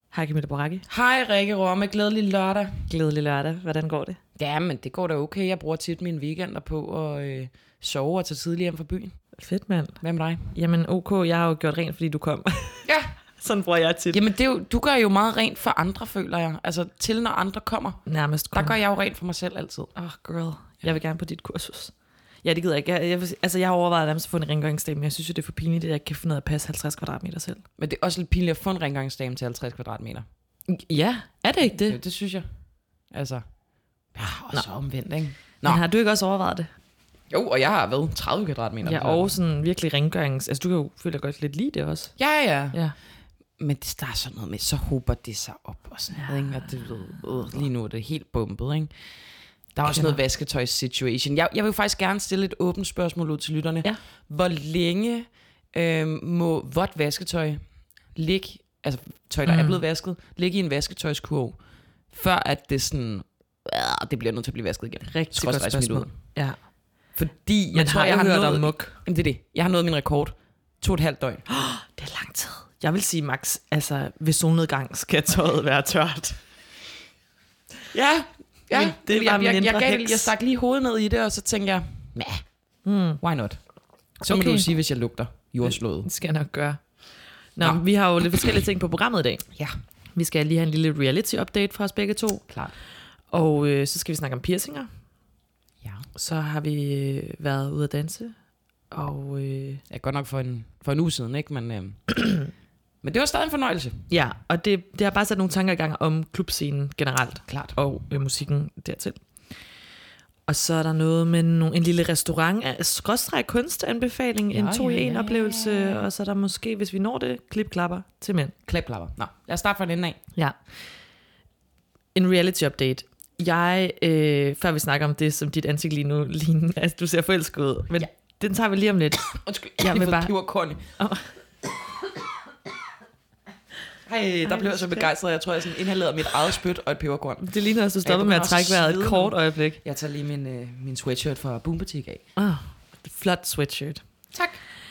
Hej Camilla Boracchi. Hej Rikke Romme, glædelig lørdag. Glædelig lørdag. Hvordan går det? Ja, men det går da okay. Jeg bruger tit mine weekender på at sove og tage tidligt hjem fra byen. Fedt, mand. Hvad med dig? Jamen ok, jeg har jo gjort rent, fordi du kom. Ja. Sådan bruger jeg tit. Jamen, det er jo, du gør jo meget rent for andre, føler jeg. Altså, til når andre kommer. Nærmest kun. Der gør jeg jo rent for mig selv altid. Girl. Jeg vil gerne på dit kursus. Ja, det gider jeg ikke. Jeg har overvejet nærmest at få en rengøringsdame, men jeg synes jo, det er for pinligt, at jeg ikke kan finde ud af at passe 50 kvadratmeter selv. Men det er også lidt pinligt at få en rengøringsdame til 50 kvadratmeter. Ja, er det ikke det? Det synes jeg. Altså, ja, og så omvendt, ikke? Men har du ikke også overvejet det? Jo, og jeg har været 30 kvadratmeter. Ja, og sådan virkelig rengørings... Altså, du kan jo føle godt lidt lige det også. Ja. Ja. Men der er sådan noget med, så hober det sig op og sådan noget, ikke? Og det, lige nu er det helt bumpet, ikke? Der er også noget vasketøjs-situation. Jeg vil faktisk gerne stille et åbent spørgsmål ud til lytterne. Ja. Hvor længe må vådt vasketøj ligge, altså tøj, der er blevet vasket, ligge i en vasketøjskurv, før at det sådan, det bliver nødt til at blive vasket igen? Rigtig godt spørgsmål. Ja. Fordi jeg tror, jeg har hørt nået... om muk. Jamen, det er det. Jeg har nået min rekord. 2,5 døgn. Det er lang tid. Jeg vil sige, Max, altså ved solnedgang skal tøjet være tørt. Ja, det var jeg stak lige hovedet ned i det, og så tænkte jeg, why not? Så må du sige, hvis jeg lugter jordslået. Det skal jeg nok gøre. Nå. Vi har jo lidt forskellige ting på programmet i dag. Ja. Vi skal lige have en lille reality-update fra os begge to. Klart. Og så skal vi snakke om piercinger. Ja. Så har vi været ude at danse. Og ja, godt nok for en uge siden, ikke? Men, men det var stadig en fornøjelse. Ja, og det har bare sat nogle tanker i gang om klubscenen generelt. Klart. Og musikken dertil. Og så er der noget med en lille restaurant af kunstanbefaling, en 2-i-1 oplevelse, og så er der måske, hvis vi når det, klipklapper til mænd. Klipklapper. Nå, lad os starte fra den ende af. Ja. En reality update. Jeg, før vi snakker om det, som dit ansigt lige nu ligner, altså du ser forelsket ud, men den tager vi lige om lidt. Undskyld, jeg har fået peberkorn i. Hej, der blev jeg så begejstret. Jeg tror, jeg sådan inhalerede mit eget spyt og et peberkorn. Det ligner også, du stopper med at trække vejret et kort øjeblik. Jeg tager lige min sweatshirt fra Boombutik af. Flot sweatshirt. Tak.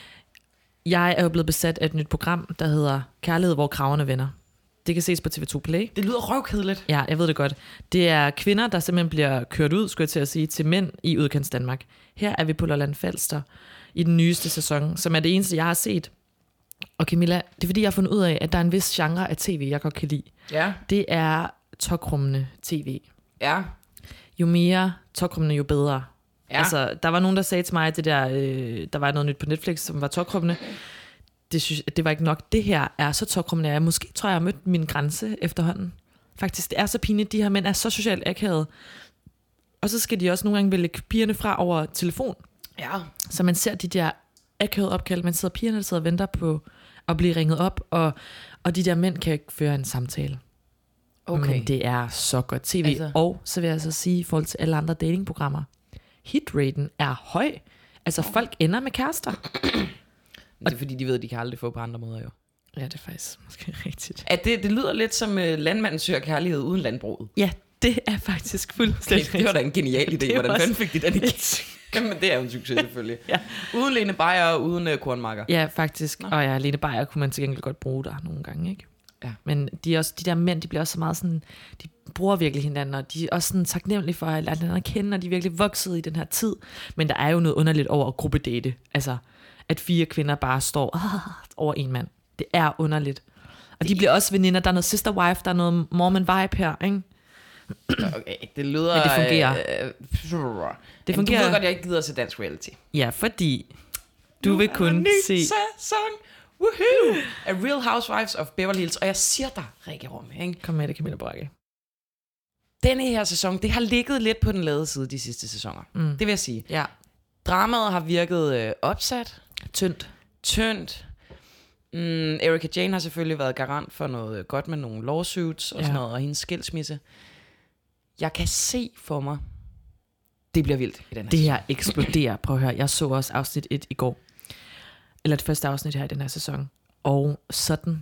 Jeg er jo blevet besat af et nyt program, der hedder Kærlighed, hvor kragerne vender. Det kan ses på TV2 Play. Det lyder røvkedeligt. Ja, jeg ved det godt. Det er kvinder, der simpelthen bliver kørt ud, skulle jeg til at sige, til mænd i udkants Danmark. Her er vi på Lolland Falster i den nyeste sæson, som er det eneste, jeg har set. Og Camilla, det er fordi, jeg har fundet ud af, at der er en vis genre af tv, jeg godt kan lide. Ja. Det er tokrummende tv. Ja. Jo mere tokrummende, jo bedre. Ja. Altså, der var nogen, der sagde til mig, at det der, der var noget nyt på Netflix, som var tokrummende. Det var ikke nok. Det her er så tokrummende. Måske tror jeg har mødt min grænse efterhånden. Faktisk, det er så pinligt. De her mænd er så socialt akavet. Og så skal de også nogle gange vælge pigerne fra over telefon. Ja. Så man ser de der akavet opkald. Man sidder pigerne, der sidder og venter på at blive ringet op. Og de der mænd kan ikke føre en samtale. Okay. Men det er så godt tv. Altså. Og så vil jeg så sige, i forhold til alle andre datingprogrammer, hitraten er høj. Altså folk ender med kærester. Det er fordi, de ved, at de kan aldrig få på andre måder jo. Ja, det er faktisk måske rigtigt. At det lyder lidt som landmanden søger kærlighed uden landbruget. Ja, det er faktisk fuldstændig. Det var da en genial idé. Hvordan fanden fik de den idé? Jamen, det er jo en succes selvfølgelig. Ja. Uden Lene Beyer og uden kornmarker. Ja, faktisk. Og ja, Lene Beyer kunne man til gengæld godt bruge der nogle gange, ikke? Ja. Men de der mænd, de bliver også så meget sådan, de bruger virkelig hinanden, og de er også sådan taknemmelige for at lade hinanden kende, og de er virkelig vokset i den her tid. Men der er jo noget underligt over at gruppedate. Altså, at 4 kvinder bare står over en mand. Det er underligt. Og de bliver også veninder. Der er noget sister wife, der er noget Mormon vibe her, ikke? Okay, det lyder... Men det fungerer. Det fungerer. Du ved godt, jeg ikke gider at se dansk reality. Ja, fordi du vil kun se... sæson. Woohoo! A Real Housewives of Beverly Hills. Og jeg siger dig, Rikke Romme, ikke? Kom med det, Camilla Boracchi. Denne her sæson, det har ligget lidt på den lade side de sidste sæsoner. Det vil jeg sige. Ja. Dramaet har virket opsat. Tyndt. Erika Jane har selvfølgelig været garant for noget godt med nogle lawsuits og sådan noget, og hendes skilsmisse. Jeg kan se for mig, det bliver vildt i den her Det her eksploderer. Prøv at høre, jeg så også afsnit 1 i går. Eller det første afsnit her i den her sæson. Og sådan...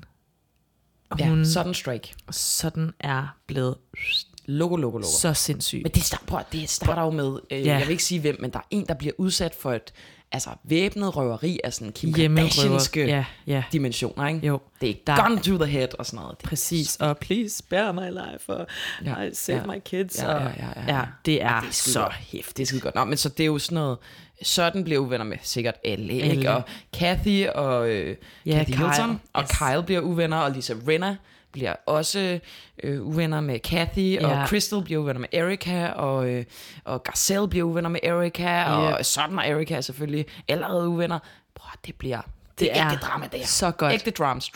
Sådan strike. Sådan er blevet... Logo. Så sindssygt. Men det starter jo med, jeg vil ikke sige hvem, men der er en, der bliver udsat for et væbnet røveri af sådan Kim Kardashianske dimensioner, ikke? Jo. Det er ikke gun to the head og sådan noget. Præcis, og please spare my life, og I save my kids. Ja, det er så hæftigt. Det er skide godt. Nå, men så det er jo sådan noget, sådan bliver uvenner med sikkert alle. Ikke? Og Kathy og Kathy Hilton, og Kyle bliver uvenner, og Lisa Rinna bliver også uvenner med Kathy, og Crystal bliver uvenner med Erica, og Garcelle bliver uvenner med Erica, og Sutton og Erica er selvfølgelig allerede uvenner. Prøv, det er ægte drama, det er. Så godt. Ægte drams.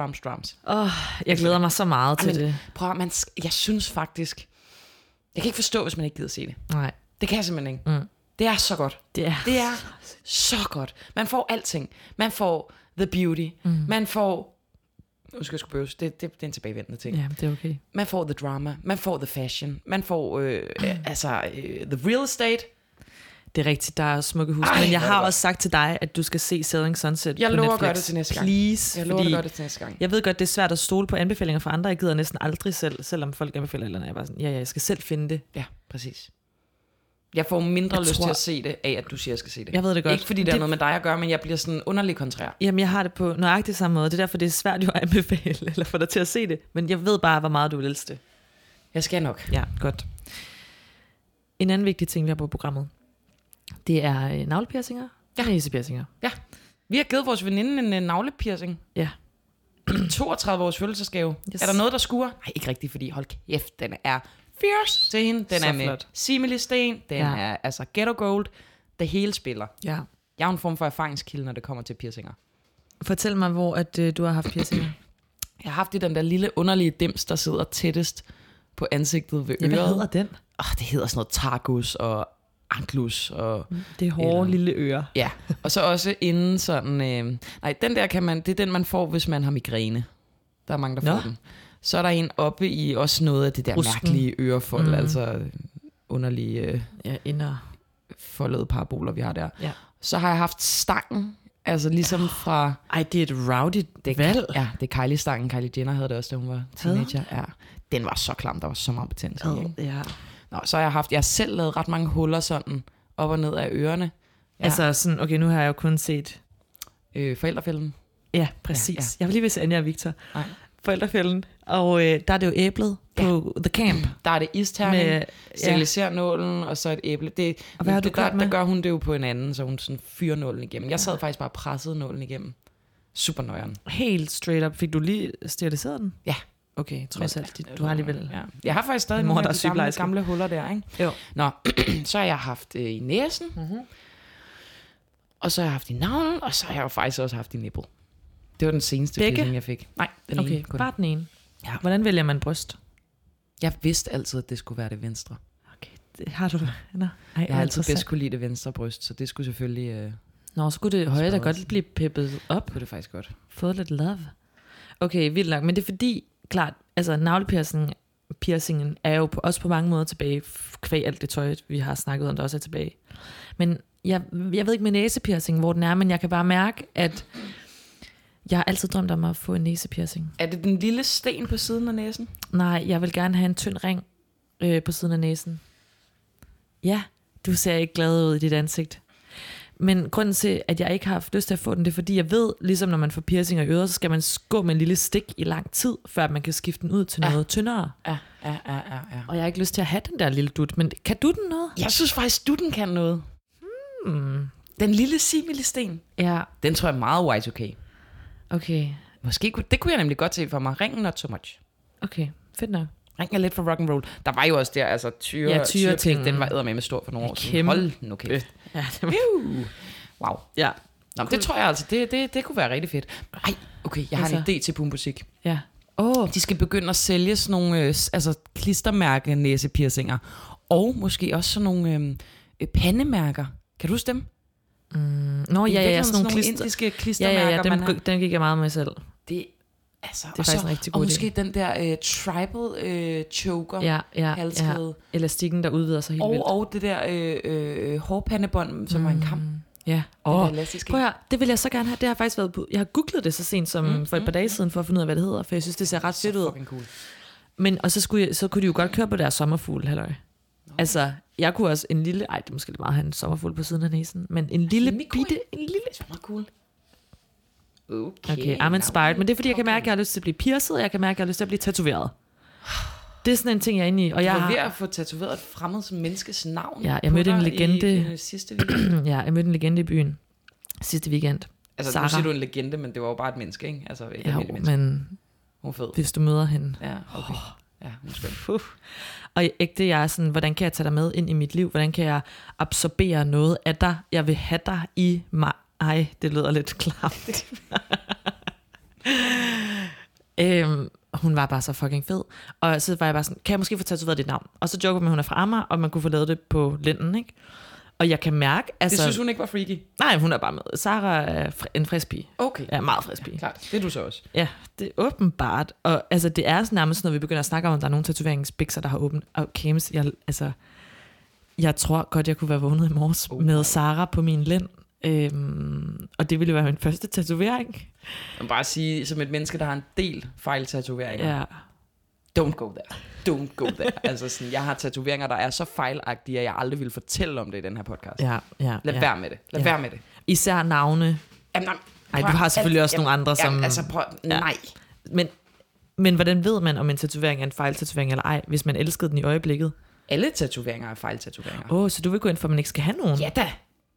Jeg glæder mig så meget til det. Prøv, jeg synes faktisk, jeg kan ikke forstå, hvis man ikke gider se det. Nej. Det kan jeg simpelthen ikke. Det er så godt. Det er så godt. Man får alting. Man får the beauty. Man får... Nu skal jeg sgu bøves. Det er en tilbagevendende ting. Ja, det er okay. Man får the drama. Man får the fashion. Man får the real estate. Det er rigtigt, der er smukke hus. Men jeg har også sagt til dig, at du skal se Selling Sunset på Netflix. Jeg lover at gøre det til næste gang. Please, jeg lover at gøre det til næste gang. Jeg ved godt, det er svært at stole på anbefalinger fra andre. Jeg gider næsten aldrig selv, selvom folk anbefaler eller andet. Jeg er bare sådan, jeg skal selv finde det. Ja, præcis. Jeg får mindre lyst til at se det, af at du siger, at jeg skal se det. Jeg ved det godt. Ikke fordi det er noget med dig at gøre, men jeg bliver sådan underlig kontrær. Jamen, jeg har det på nøjagtigt samme måde. Det er derfor, det er svært jo at anbefale, eller få dig til at se det. Men jeg ved bare, hvor meget du vil elske det. Jeg skal nok. Ja, godt. En anden vigtig ting, vi har på programmet, det er navlepiercinger og næsepiercinger. Ja. Vi har givet vores veninde en navlepiercing. Ja. 32 års fødselsdagsgave. Yes. Er der noget, der skuer? Nej, ikke rigtigt, fordi hold kæft, den er fierce til hende. Den så er med flot. Simili-sten. Den er altså ghetto gold. Det hele spiller. Ja. Jeg er en form for erfaringskilde, når det kommer til piercinger. Fortæl mig, hvor du har haft piercinger. Jeg har haft den der lille underlige dims, der sidder tættest på ansigtet ved øret. Hvad hedder den? Det hedder sådan noget targus og anklus. Og, det er hårde lille ører. Ja, og så også inden sådan... nej, den der det er den, man får, hvis man har migræne. Der er mange, der får den. Så er der en oppe i også noget af det der mærkelige ørefold, altså underlige foldede paraboler, vi har der. Ja. Så har jeg haft stangen, altså ligesom fra... det er et rowdy valg. Ja, det er Kylie-stangen. Kylie Jenner havde det også, da hun var teenager. Ja. Den var så klam, der var så meget betændelse i. Ja. Nå, så har jeg har selv lavet ret mange huller sådan op og ned af ørerne. Ja. Altså sådan, okay, nu har jeg jo kun set... Forældrefælden. Ja, præcis. Ja. Jeg vil lige ved Anja og Victor. Nej. Forældrefælden. Og der er det jo æblet på The Camp. Der er det isterning, steriliser-nålen, og så et æble. Og hvad har du gjort med? Der gør hun det jo på en anden, så hun sådan fyrer nålen igennem. Jeg sad faktisk bare og pressede nålen igennem. Super nøjeren. Helt straight up. Fik du lige steriliseret den? Ja. Okay, trods alt. Du har alligevel... Ja. Jeg har faktisk stadig nogle af de gamle huller der, ikke? Jo. Nå, så har jeg haft i næsen, og så har jeg haft i navlen, og så har jeg jo faktisk også haft i nipple. Det var den seneste piercing, jeg fik. Nej, den ene. Okay, bare den ene. Ja. Hvordan vælger man bryst? Jeg vidste altid, at det skulle være det venstre. Okay, det har du... Nå. Jeg har altid bedst kunne lide det venstre bryst, så det skulle selvfølgelig... Nå, så kunne det højre da godt blive peppet op. Det kunne det faktisk godt. Fået lidt love. Okay, vildt nok. Men det er fordi, klart, altså navlepiercingen er jo også på mange måder tilbage, kvæg alt det tøj, vi har snakket om, der også er tilbage. Men jeg ved ikke med næsepiercing, hvor den er, men jeg kan bare mærke, at jeg har altid drømt om at få en næsepiercing. Er det den lille sten på siden af næsen? Nej, jeg vil gerne have en tynd ring på siden af næsen. Ja, du ser ikke glad ud i dit ansigt. Men grunden til, at jeg ikke har haft lyst til at få den, det er fordi, jeg ved, ligesom når man får piercing i øret, så skal man gå med en lille stik i lang tid, før man kan skifte den ud til noget tyndere. Ja. Og jeg har ikke lyst til at have den der lille dut, men kan du den noget? Jeg synes faktisk, du den kan noget. Den lille simili-sten. Ja. Den tror jeg er meget Y2K. Okay. Måske det kunne jeg nemlig godt se for mig. Ringen not so much. Okay, fedt nok. Ringen er lidt for rock and roll. Der var jo også der, altså tyre den var eddermame stor for nogle år siden. Hold nu kæft. Ja, det var... Wow. Ja. Nå, cool. Det tror jeg altså, det kunne være rigtig fedt. Ej, okay, jeg har en idé til Pummusik. Ja. De skal begynde at sælge sådan nogle klistermærke næsepiercinger. Og måske også sådan nogle pandemærker. Kan du huske dem? Nå, ja, sådan nogle indiske klistermærker. Ja, den gik jeg meget med selv. Det er faktisk en rigtig god idé. Og måske den der tribal choker, halskæde. Ja. Elastikken, der udvider sig helt vildt. Og det der hårpandebånd, som var en kam. Ja. Prøv at høre, det vil jeg så gerne have. Det har faktisk været på. Jeg har googlet det så sent som for et par dage siden, for at finde ud af, hvad det hedder, for jeg synes, det ser ret fedt ud. Cool. Men, og så kunne de jo godt køre på deres sommerfugl, halløj. Altså, jeg kunne også en lille... det er måske lidt meget at have en sommerfugl på siden af næsen. Men en lille bitte... En lille... Det er meget cool. Okay, I'm inspired. Men det er fordi, jeg kan mærke, at jeg har lyst til at blive pierced, og jeg kan mærke, at jeg har lyst til at blive tatoveret. Det er sådan en ting, jeg er inde i. Og jeg var ved at få tatoveret et fremmed menneskes navn. Ja, jeg mødte en legende i sidste weekend. Ja, jeg mødte en legende i byen sidste weekend. Altså, Sarah. Nu siger du en legende, men det var jo bare et menneske, ikke? Altså, et jo, men hun er fed. Hvis du møder hende. Ja, okay. Ja, hun er skøn. Og ægte, jeg er sådan, hvordan kan jeg tage dig med ind i mit liv? Hvordan kan jeg absorbere noget af dig? Jeg vil have dig i mig. Ej, det lyder lidt klamt. Hun var bare så fucking fed. Og så var jeg bare sådan, kan jeg måske få tatoveret dit navn? Og så joker man, hun er fra Amager, og man kunne få lavet det på Linden, ikke? Og jeg kan mærke, altså... Det synes hun ikke var freaky? Nej, hun er bare med. Sarah er en frisk pige. Okay. Ja, meget frisk pige. Ja, klart. Det er du så også. Ja, det er åbenbart. Og altså, det er nærmest, når vi begynder at snakke om, at der er nogle tatoveringsbikser, der har åbent. Og Kames, jeg tror godt, jeg kunne være vågnet i morges med Sarah på min lænd. Og det ville jo være min første tatovering. Jeg må bare sige, som et menneske, der har en del fejltatoveringer. Ja. Don't go there. Don't go there. Altså sådan, jeg har tatoveringer, der er så fejlagtige, at jeg aldrig ville fortælle om det i den her podcast. Lad være med det. Lad være med det. Især navne. Jamen, du har selvfølgelig også nogle andre, som... nej. Men hvordan ved man, om en tatovering er en fejltatovering eller ej, hvis man elskede den i øjeblikket? Alle tatoveringer er fejltatoveringer. Så du vil gå ind for, at man ikke skal have nogen? Ja da.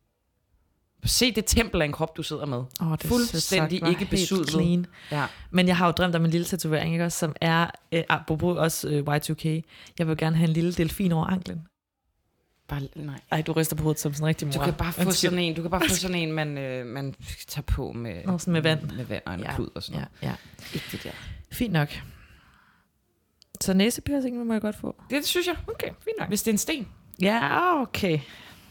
Se det tempel af en krop, du sidder med. Det fuldstændig ikke besudlet. Ja. Men jeg har jo drømt om en lille tatovering, ikke, som er, apropos også Y2K, jeg vil gerne have en lille delfin over anklen. Nej. Ej, du ryster på hovedet som sådan en rigtig mor. Du kan bare få sådan en, man tager på med, sådan med vand. Med vand og en klud og sådan noget. Ja. Ikke det der. Fint nok. Så næsepiercing må jeg godt få. Det synes jeg. Okay, fint nok. Hvis det er en sten. Ja, okay.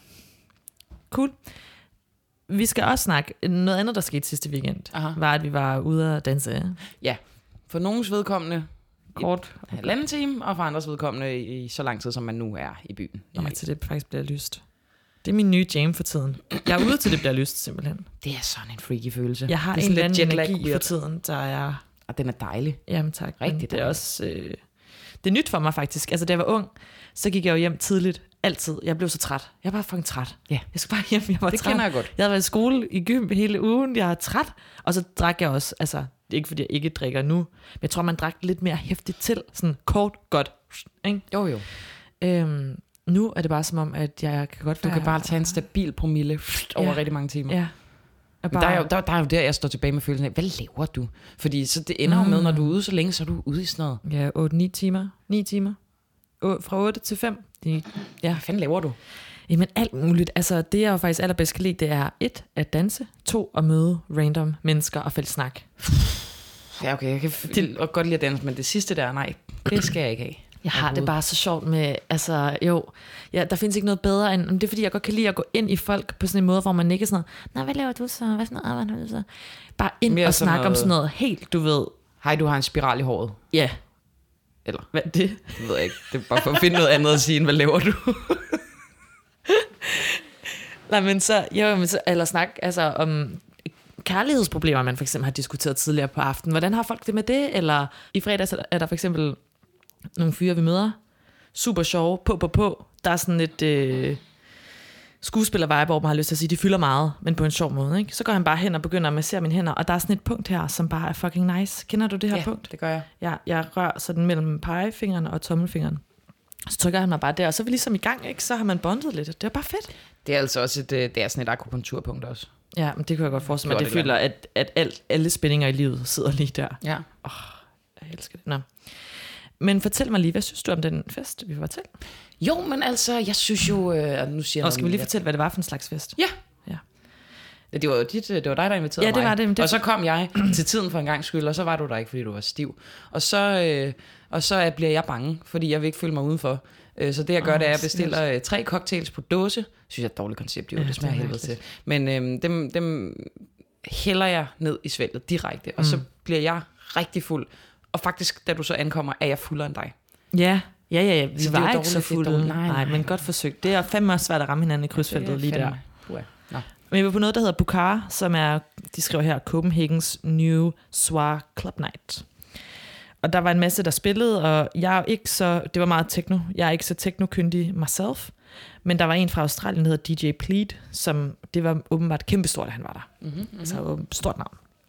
Cool. Vi skal også snakke. Noget andet, der skete sidste weekend, var, at vi var ude at danse. Ja, for nogens vedkommende kort. Halvanden time, og for andres vedkommende i så lang tid, som man nu er i byen. Ja, til det faktisk bliver lyst. Det er min nye jam for tiden. Jeg er ude til det bliver lyst, simpelthen. Det er sådan en freaky følelse. Jeg har en eller anden energi for tiden, der er... Og den er dejlig. Jamen tak. Rigtig det er også... det er nyt for mig faktisk. Altså, da jeg var ung, så gik jeg jo hjem tidligt. Altid. Jeg blev så træt. Jeg var fucking træt. Ja. Jeg skulle bare hjem. Jeg var det træt. Kender jeg godt. Jeg havde været i skole i gym hele ugen. Jeg er træt. Og så drak jeg også. Altså, det er ikke fordi jeg ikke drikker nu. Men jeg tror, man drak lidt mere hæftigt til. Sådan kort, godt. Ikke? Jo. Nu er det bare som om, at jeg kan godt... Du kan bare tage en stabil promille over rigtig mange timer. Ja. Bare... Der er jo der, jeg står tilbage med følelsen af, hvad laver du? Fordi så det ender jo med, når du er ude så længe, så er du ude i sådan noget. Ja, 8-9 timer. 9 timer. Fra 8 til 5. Hvad fanden laver du? Jamen alt muligt. Altså det jeg jo faktisk allerbedst kan lide, det er 1. At danse, 2. At møde random mennesker og fælles snak. Ja, okay. Jeg kan godt lide at danse, men det sidste der, nej, det skal jeg ikke have. Jeg har det bare så sjovt med, altså der findes ikke noget bedre end, det er fordi jeg godt kan lide at gå ind i folk på sådan en måde, hvor man ikke er sådan noget, hvad laver du så, hvad sådan noget, hvad du så? Bare ind mere og snakke om sådan noget helt, du ved. Hej, du har en spiral i håret. Ja. Eller? Hvad er det? Det ved jeg ikke, det er bare for at finde noget andet at sige, end hvad laver du? Nej, men så, eller snak altså om kærlighedsproblemer, man for eksempel har diskuteret tidligere på aftenen. Hvordan har folk det med det? Eller i fredags er der for eksempel nogle fyre, vi møder. Super sjove, på. Der er sådan et skuespiller-vibe, hvor man har lyst til at sige, de fylder meget, men på en sjov måde. Ikke? Så går han bare hen og begynder at massere mine hænder, og der er sådan et punkt her, som bare er fucking nice. Kender du det her punkt? Det gør jeg. Jeg rører sådan mellem pegefingeren og tommelfingeren. Så trykker han mig bare der, og så er vi ligesom i gang, ikke? Så har man bondet lidt. Det er bare fedt. Det er altså også det er sådan et akupunkturpunkt også. Ja, men det kan jeg godt forestille mig. Det føler, at alle spændinger i livet sidder lige der. Ja. Jeg elsker det. Nå. Men fortæl mig lige, hvad synes du om den fest, vi var til? Jo, men altså, jeg synes jo... nu siger og skal vi lige fortælle, hvad det var for en slags fest? Ja. Det var dig, der inviterede mig. Ja, det var det. Og så kom jeg til tiden for en gang skyld, og så var du der ikke, fordi du var stiv. Og så bliver jeg bange, fordi jeg vil ikke føle mig udenfor. Så det jeg gør, det er, at jeg bestiller 3 cocktails på dåse. Synes jeg er et dårligt koncept, jo. Det smager helvede til. Men dem hælder jeg ned i svælget direkte, og så bliver jeg rigtig fuld. Og faktisk, da du så ankommer, er jeg fuldere end dig. Ja. Vi så var ikke så fulde. Nej, men godt forsøgt. Det er fandme svært at ramme hinanden i krydsfeltet lige der. Men vi var på noget, der hedder Bukhara, som er, de skriver her, Copenhagen's New Soir Club Night. Og der var en masse, der spillede, og jeg er ikke så, det var meget techno. Jeg er ikke så techno-kyndig myself. Men der var en fra Australien, der hedder DJ Pleat, som, det var åbenbart kæmpestort, at han var der. Altså stort navn.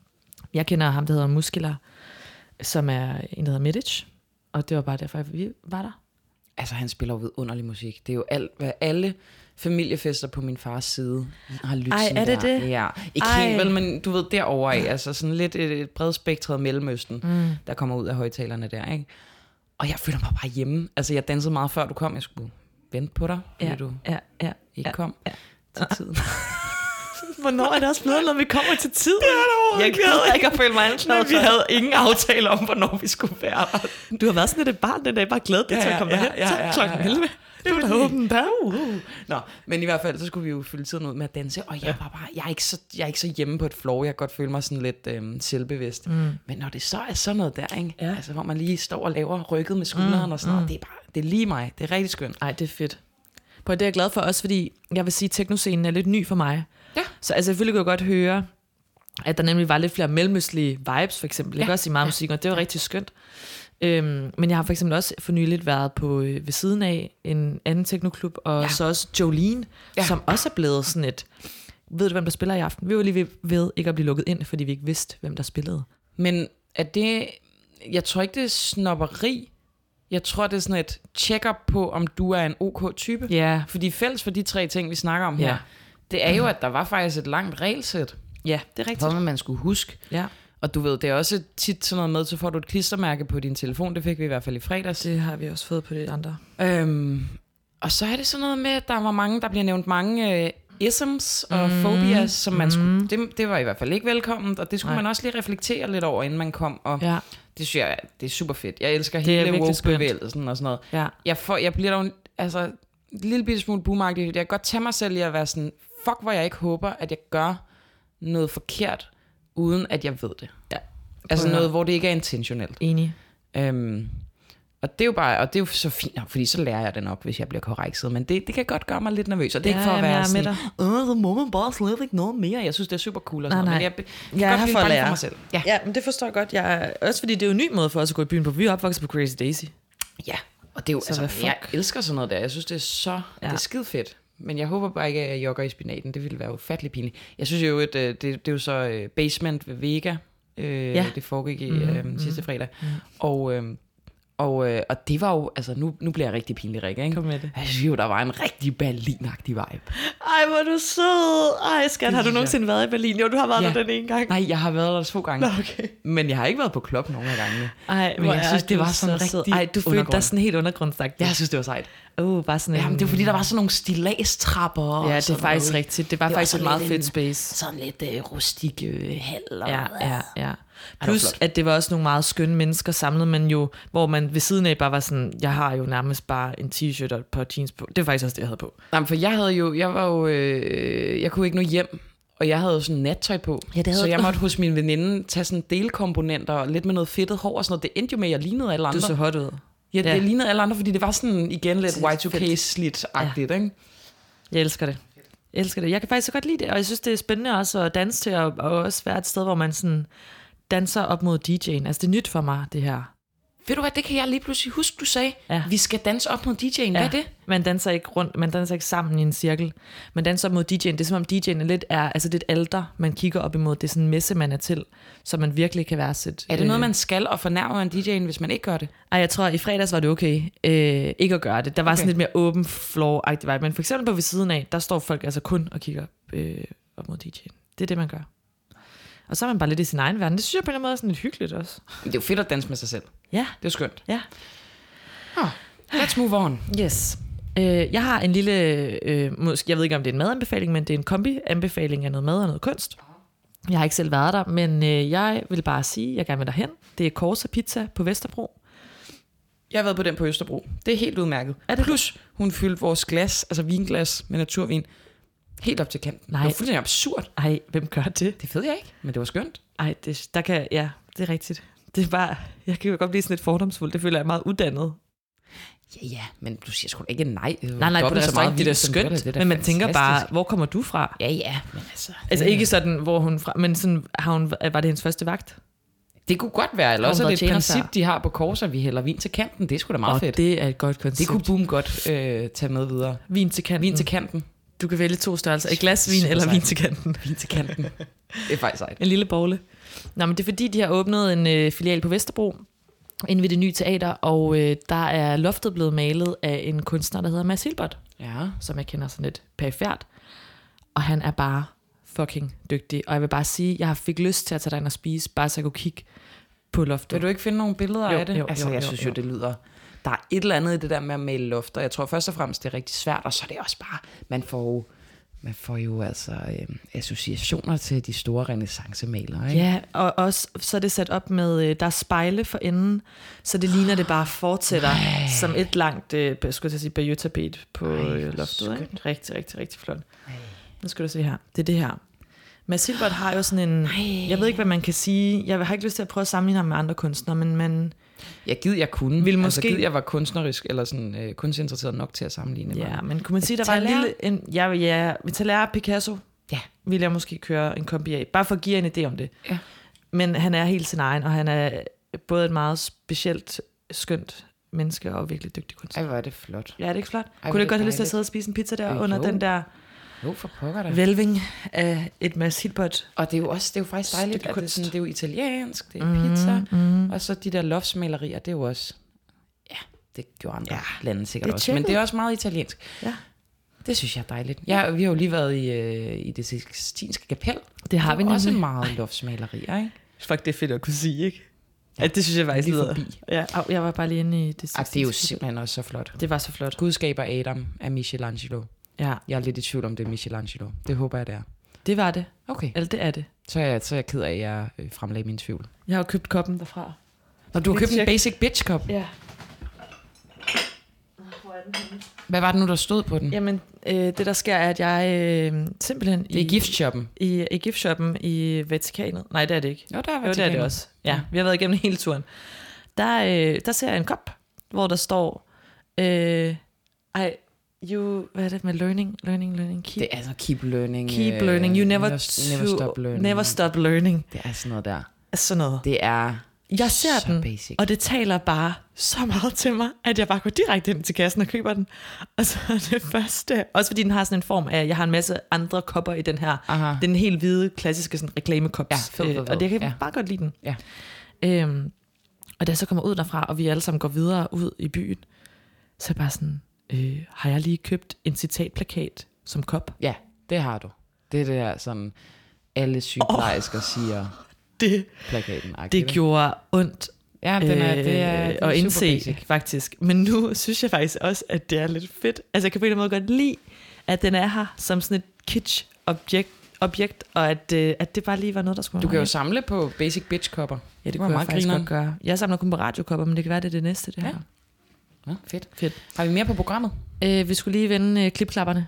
Jeg kender ham, der hedder Muscular, som er en, der hedder Medic, og det var bare derfor, vi var der. Altså, han spiller jo vidunderlig musik. Det er jo alt, hvad alle familiefester på min fars side har lyttet. Ej, er det der. det? Ja, ikke helt vel, men du ved, derovre af, altså sådan lidt et bredt spektret Mellemøsten, der kommer ud af højtalerne der, ikke? Og jeg føler mig bare hjemme. Altså, jeg dansede meget før du kom. Jeg skulle vente på dig, fordi du ikke kom til tiden. Hvornår er det også blevet, når vi kommer til tiden? Det er der jeg gider ikke at føle mig anklaget. Men vi havde ingen aftale om, hvornår vi skulle være der. Du har været sådan lidt et barn den dag, bare glædet dig til at komme derhen. Så klokken 11. Det var da åbent der. Nå, men i hvert fald, så skulle vi jo fylde tiden ud med at danse, og jeg er ikke så hjemme på et floor. Jeg kan godt føle mig sådan lidt selvbevidst. Men når det så er sådan noget der, ikke? Ja. Altså, hvor man lige står og laver rykket med skulderen og sådan noget, det er lige mig. Det er rigtig skønt. Ej, det er fedt. På det er jeg glad for også, fordi jeg vil sige, at teknoscenen er lidt ny for mig. Ja. Så altså, selvfølgelig kunne jeg godt høre, at der nemlig var lidt flere mellemøstlige vibes, for eksempel. Jeg kan også sige meget musik, og det var rigtig skønt. Men jeg har for eksempel også for nyligt været på ved siden af en anden teknoklub, og så også Jolene, som også er blevet sådan et... Ved du, hvem der spiller i aften? Vi var lige ved ikke at blive lukket ind, fordi vi ikke vidste, hvem der spillede. Men er det... Jeg tror ikke, det er snobberi. Jeg tror, det er sådan et check-up på, om du er en OK-type. Ja. Fordi fælles for de 3 ting, vi snakker om her, det er jo, at der var faktisk et langt regelsæt. Ja, det er rigtigt. For man skulle huske. Ja. Og du ved, det er også tit sådan noget med, så får du et klistermærke på din telefon. Det fik vi i hvert fald i fredags. Det har vi også fået på de andre. Og så er det sådan noget med, at der var mange, der bliver nævnt mange isms og phobias, som man skulle... Det var i hvert fald ikke velkomment, og det skulle man også lige reflektere lidt over, inden man kom. Og det synes jeg, det er super fedt. Jeg elsker hele woke-bevægelsen og sådan noget. Ja. Jeg bliver dog en lille bitte smule boomagtig. Jeg kan godt tage mig selv i at være sådan, fuck, hvor jeg ikke håber, at jeg gør noget forkert, uden at jeg ved det. Ja. Altså noget, hvor det ikke er intentionelt. Enig. Og det er jo bare, og det er jo så fint, fordi så lærer jeg det nok, hvis jeg bliver korrekset. Men det kan godt gøre mig lidt nervøs, og det er ikke for at være sådan, så må man bare slet ikke noget mere. Jeg synes, det er super cool og sådan noget, men jeg kan godt blive bange for mig selv. Ja, men det forstår jeg godt. Også fordi det er jo en ny måde for os at gå i byen på. Vi er opvokset på Crazy Daisy. Ja, og det er jo, altså, jeg elsker sådan noget der. Jeg synes, det er så, det er skide fedt. Men jeg håber bare ikke, at jeg jogger i spinaten. Det ville være ufattelig pinligt. Jeg synes jo, at det er jo så Basement ved Vega. Det foregik i sidste fredag. Og det var jo, altså nu bliver jeg rigtig pinlig, Rikke, ikke? Kom med det. Jeg synes jo, der var en rigtig Berlin-agtig vibe. Ej, hvor er du sød. Ej, skat, har du nogensinde været i Berlin? Jo, du har været der den ene gang. Nej, jeg har været der 2 gange. Okay. Men jeg har ikke været på klub nogen af gangene. Ej, men jeg synes, det var sådan rigtig ej, du følte dig sådan helt undergrundsagt. Jeg synes, det var sejt. Bare sådan Jamen, det var fordi, der var sådan nogle stillastrapper. Ja, det er faktisk rigtigt. Det var faktisk et meget fedt space. Sådan lidt rustik hal. Ja. Plus, at det var også nogle meget skønne mennesker samlet, men jo, hvor man ved siden af bare var sådan, jeg har jo nærmest bare en t-shirt og et par jeans på. Det var faktisk også det, jeg havde på. Jamen, for jeg kunne ikke nå hjem, og jeg havde jo sådan nattøj på. Ja, så jeg måtte hos min veninde tage sådan delkomponenter og lidt med noget fedtet hår og sådan noget. Det endte jo med, at jeg lignede alle andre. Du så hot ud. Ja, det lignede alle andre, fordi det var sådan igen lidt Y2K-slidt-agtigt, ikke? Jeg elsker det. Jeg kan faktisk så godt lide det, og jeg synes, det er spændende også at danse til, og også være et sted, hvor man sådan danser op mod DJ'en. Altså, det er nyt for mig, det her. Ved du hvad, det kan jeg lige pludselig huske, du sagde. Ja. Vi skal danse op mod DJ'en. Hvad er det? Man danser ikke rundt, man danser ikke sammen i en cirkel. Man danser op mod DJ'en. Det er som om DJ'en det er et alter, man kigger op imod. Det er sådan en messe, man er til, så man virkelig kan være sit. Er det noget, man skal, og fornærmer man DJ'en, hvis man ikke gør det? Ej, jeg tror, i fredags var det okay ikke at gøre det. Der var sådan lidt mere open floor-agtig vibe. Men for eksempel på ved siden af, der står folk altså kun og kigger op mod DJ'en. Det er det, man gør. Og så er man bare lidt i sin egen verden. Det synes jeg på en eller anden måde er sådan lidt hyggeligt også. Det er jo fedt at danse med sig selv. Ja. Det er jo skønt. Ja. Let's move on. Yes. Jeg har en lille, jeg ved ikke om det er en madanbefaling, men det er en kombi-anbefaling af noget mad og noget kunst. Jeg har ikke selv været der, men jeg vil bare sige, at jeg gerne vil derhen. Det er Corsa Pizza på Vesterbro. Jeg har været på den på Østerbro. Det er helt udmærket. Er det plus, hun fyldte vores glas, altså vinglas med naturvin, helt op til kanten. Nej. Det var fuldstændig absurd. Ej, hvem gør det? Det ved jeg ikke, men det var skønt. Ej, det er rigtigt. Det er bare, jeg kan jo godt blive sådan lidt fordomsfuld. Det føler jeg meget uddannet. Ja, men du siger sgu ikke nej. Nej, på det restaurant, det er skønt. Men man tænker bare, hvor kommer du fra? Ja, men altså ikke sådan, hvor hun fra, men sådan, var det hendes første vagt? Det kunne godt være, eller også er det et princip, de har på Corsa, vi hælder vin til kanten. Det er sgu da meget fedt. Det er et godt koncept. Det kunne Boom godt tage med videre. Vin til kanten. Du kan vælge 2 størrelser. Et glas vin eller vin til kanten. Vin til kanten. Det er faktisk sejt. En lille bogle. Nå, men det er fordi, de har åbnet en filial på Vesterbro, inde ved det nye teater, og der er loftet blevet malet af en kunstner, der hedder Mads Hilbert, som jeg kender sådan lidt perifært. Og han er bare fucking dygtig. Og jeg vil bare sige, jeg fik lyst til at tage dig ind og spise, bare så jeg kunne kigge på loftet. Vil du ikke finde nogle billeder af det? Jo, jeg synes jo, det lyder... Der er et eller andet i det der med at male lofter. Jeg tror først og fremmest, det er rigtig svært, og så er det også bare... Man får jo altså associationer til de store renæssancemalere, ikke? Ja, og også så er det sat op med, der er spejle for enden, så det ligner, det bare fortsætter som et langt, skulle jeg sige, bajøtapet på loftet. Ikke? Rigtig, rigtig, rigtig flot. Nu skal du se her. Det er det her. Mads Hilbert har jo sådan en... Jeg ved ikke, hvad man kan sige. Jeg har ikke lyst til at prøve at sammenligne ham med andre kunstnere, men... Jeg kunne. Vil måske... Altså, jeg var kunstnerisk, eller sådan kunstinteresseret nok til at sammenligne. Ja, men kunne man sige, der var en lille... Vi tager Picasso. Ja. Vil jeg måske køre en kombi af. Bare for at give en idé om det. Ja. Men han er helt sin egen, og han er både et meget specielt, skønt menneske, og virkelig dygtig kunstner. Ej, hvor er det flot. Ja, er det ikke flot? Kunne du godt have lyst til at sidde og spise en pizza der under den der... Jo, for pokker da. Vælving af et Mads Hilbert. Og det er jo faktisk dejligt, at det er jo italiensk, det er pizza, og så de der loftsmalerier, det er jo også, det gjorde andre lande sikkert også, men det er også meget italiensk. Ja. Det synes jeg er dejligt. Ja, vi har jo lige været i det Sixtinske Kapel. Det har vi nemlig. Også meget loftsmalerier, ikke? Fuck, det er fedt at kunne sige, ikke? Ja, det synes jeg faktisk lyder. Ja, jeg var bare lige inde i det Sixtinske. Det er jo simpelthen også så flot. Det var så flot. Gudskaber Adam af Michelangelo. Ja. Jeg er lidt i tvivl om det er Michelangelo. Det håber jeg, det er. Det var det. Okay. Eller det er det. Så er jeg ked af, at jeg fremlagde min tvivl. Jeg har jo købt koppen derfra. Når du har købt en Basic Bitch kop? Ja. Hvor er den henne? Hvad var det nu, der stod på den? Jamen, det der sker er, at jeg simpelthen... Det er i giftshoppen? I giftshoppen i Vatikanet. Nej, det er det ikke. Jo, der er Vatikanet. Jo, det er det også. Ja, vi har været igennem hele turen. Der ser jeg en kop, hvor der står... hvad er det med learning? Keep. Det er altså keep learning. Keep learning. You never stop learning. Never stop learning. Det er sådan noget der. Sådan noget. Det er jeg ser den, basic. Og det taler bare så meget til mig, at jeg bare går direkte ind til kassen og køber den. Og så det første, også fordi den har sådan en form af, jeg har en masse andre kopper i den her. Aha. Den helt hvide, klassiske sådan, reklamekop. Ja, og det kan jeg bare godt lide den. Ja. Og da jeg så kommer ud derfra, og vi alle sammen går videre ud i byen, så er jeg bare sådan... har jeg lige købt en citatplakat som kop? Ja, det har du. Det er det der sådan, alle sygeplejersker siger plakaten. Det gjorde ondt det er at indse, faktisk. Men nu synes jeg faktisk også, at det er lidt fedt. Altså jeg kan på en eller anden måde godt lide, at den er her som sådan et kitsch-objekt, og at det bare lige var noget, der skulle... Du kan jo samle på Basic Bitch-kopper. Ja, det kunne jeg faktisk godt gøre. Jeg samler kun på radiokopper, men det kan være, det er det næste, det her. Ja, fedt. Har vi mere på programmet? Vi skulle lige vende klipklapperne.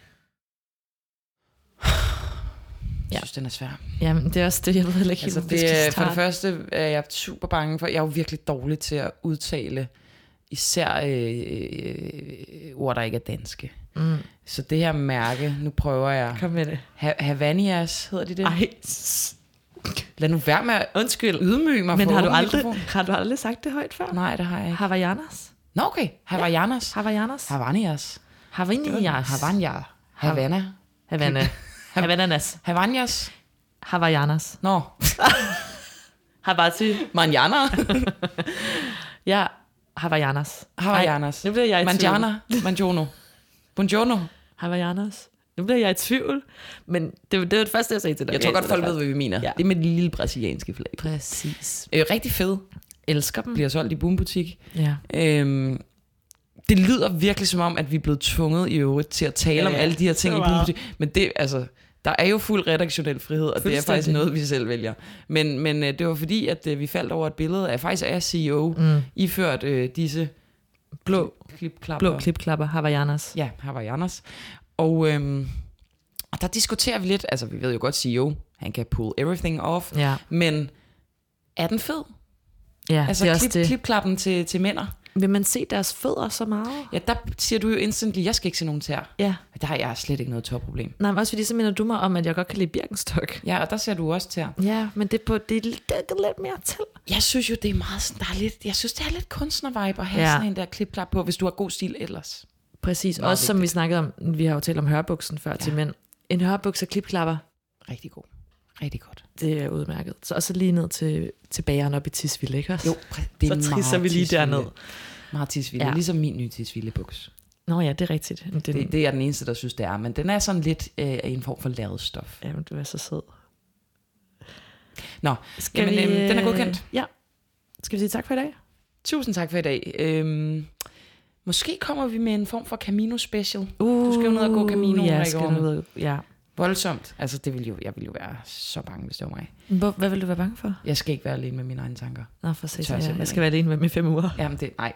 Jeg synes, den er svær. Jamen, det er også det, jeg ved heller ikke helt, altså, for det første er jeg super bange for, jeg er jo virkelig dårlig til at udtale især ord, der ikke er danske. Mm. Så det her mærke, nu prøver jeg. Kom med det. Havanias, hedder de det? Ej. Lad nu være med at ydmyge mig. Men har du aldrig sagt det højt før? Nej, det har jeg ikke. Havaianas. Nå, okay. Havaianas. Havaianas. Havanias. Havananas. Havaianas. Nå. Havati. Manjana. Ja, Havaianas. Nu bliver jeg i Manjana. Manjono. Buongiorno. Havaianas. Nu bliver jeg i tvivl, men det var det første, jeg sagde til dig. Jeg tror godt, folk ved, hvad vi mener. Ja. Det er med det lille brasilianske flag. Præcis. Rigtig fed. Elsker dem. Bliver solgt i Boombutik. Ja. Det lyder virkelig som om, at vi er blevet tvunget i øvrigt til at tale om alle de her ting i Boombutik. Men det, altså, der er jo fuld redaktionel frihed, og det er faktisk noget, vi selv vælger. Men det var fordi, at vi faldt over et billede af faktisk af CEO, iført disse blå klipklapper. Havaianas. Ja, Havaianas. Og der diskuterer vi lidt, altså vi ved jo godt CEO, han kan pull everything off, men er den fed? Ja, altså det er også klipklappen til mænder. Vil man se deres fødder så meget? Ja, der siger du jo instantly, jeg skal ikke se nogen tær. Ja. Der har jeg slet ikke noget topproblem. Nej, men også fordi så minder du mig om, at jeg godt kan lide Birkenstock. Ja, og der ser du også tær. Ja, men det er lidt mere til. Jeg synes jo, det er meget sådan, jeg synes, det er lidt kunstnervibe at have sådan en der klipklap på, hvis du har god stil ellers. Præcis, meget også vigtigt. Som vi snakkede om, vi har jo talt om hørbuksen før til mænd. En hørbukse og klipklapper. Rigtig god. Rigtig godt. Det er udmærket. Og så lige ned til bageren op i Tisvilde, ikke også? Jo, det er så trisser vi lige derned. Meget Tisvilde, ligesom min nye Tisvilde-buks. Nå ja, det er rigtigt. Det er den eneste, der synes, det er. Men den er sådan lidt en form for lavet stof. Jamen, du er så sød. Nå, den er godkendt. Ja. Skal vi sige tak for i dag? Tusind tak for i dag. Måske kommer vi med en form for Camino special. Du skal jo ned og gå Camino. Ja. Voldsomt. Altså, jeg vil jo være så bange, hvis det var mig. Hvad vil du være bange for? Jeg skal ikke være alene med mine egne tanker. Nå, for sig. Jeg skal være alene med dem i 5 uger. Jamen, nej.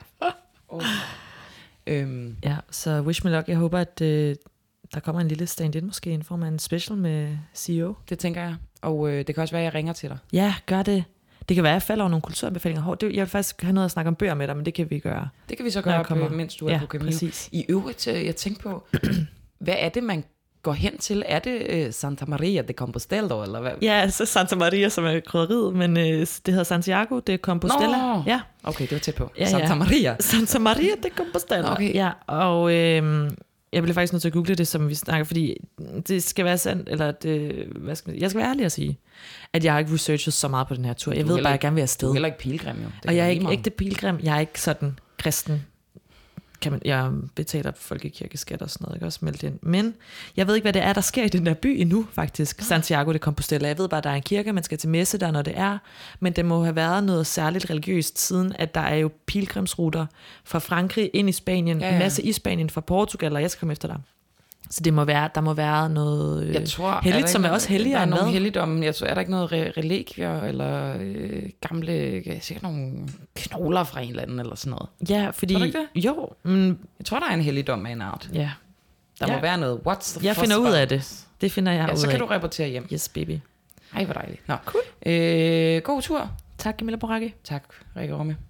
Ja, så wish me luck. Jeg håber, at der kommer en lille stand-in, måske en form af en special med CEO. Det tænker jeg. Og det kan også være, at jeg ringer til dig. Ja, gør det. Det kan være, at jeg falder over nogle kulturanbefalinger. Jeg vil faktisk have noget at snakke om bøger med dig, men det kan vi gøre. Det kan vi så gøre, mens du er på Camino. Præcis. I øvrigt, jeg tænkte på, hvad er det, man går hen til? Er det Santa Maria de Compostela, eller hvad? Ja, altså Santa Maria, som er krydderiet, men det hedder Santiago de Compostela. Nå, ja. Okay, det var tæt på. Ja, Santa Maria. Santa Maria de Compostela. Okay. Ja, og jeg blev faktisk nødt til at google det, som vi snakker, fordi det skal være sandt, eller jeg skal være ærlig at sige, at jeg har ikke researchet så meget på den her tur. Jeg ved bare, at jeg gerne vil afsted. Du er heller ikke pilgrim, jo. Og jeg er ikke ægte pilgrim. Jeg er ikke sådan kristen. Jeg betaler folkekirkeskat og sådan noget, ikke også meldt ind. Men jeg ved ikke, hvad det er, der sker i den der by endnu, faktisk. Santiago de Compostela. Jeg ved bare, at der er en kirke, man skal til messe der, når det er. Men det må have været noget særligt religiøst, siden at der er jo pilgrimsruter fra Frankrig ind i Spanien, en masse i Spanien, fra Portugal, og jeg skal komme efter dig. Så det må være, der må være noget helligt, som er også helligere end hvad? Der er nogle helligdomme. Jeg tror, er der ikke noget religier, eller gamle, sikkert nogle knogler fra en eller anden, eller sådan noget? Ja, fordi... Tror du ikke det? Jo. Jeg tror, der er en helligdom af en art. Ja. Der må være noget. What's the Jeg finder ud af det. Det finder jeg ud af. Så kan du rapportere hjem. Yes, baby. Ej, hvor dejligt. Nå. Cool. God tur. Tak, Camilla Boracchi. Tak, Rikke Rumme.